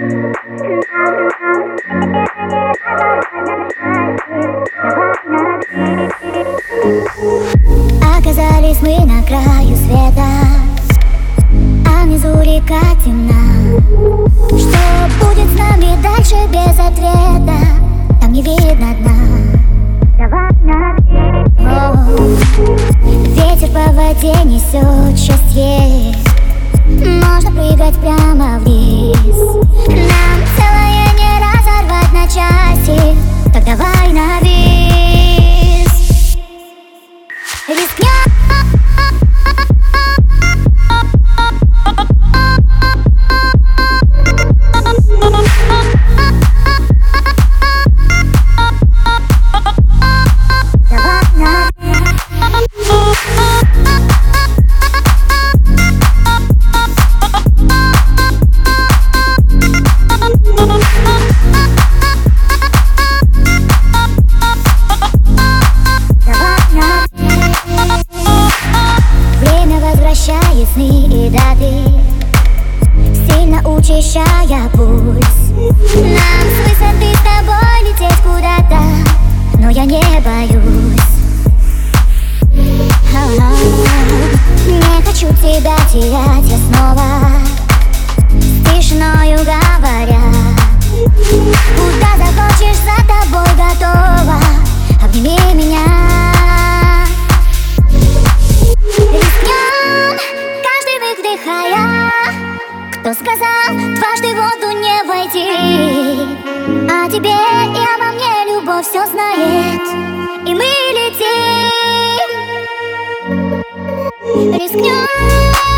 Оказались мы на краю света, а внизу река темна. Что будет с нами дальше без ответа? Там не видно дна. Ветер по воде несет счастье, можно прыгать прямо вниз. Нам целое не разорвать на части, так давай на вис. Рискнем. Возвращает сны и даты, сильно учащая пульс. Нам с высоты с тобой лететь куда-то, но я не боюсь. Не хочу тебя терять я снова, с тишиною говоря. Куда захочешь, за тобой готова, обними меня. Кто сказал, дважды в воду не войти? А тебе и обо мне любовь все знает, и мы летим. Рискнем.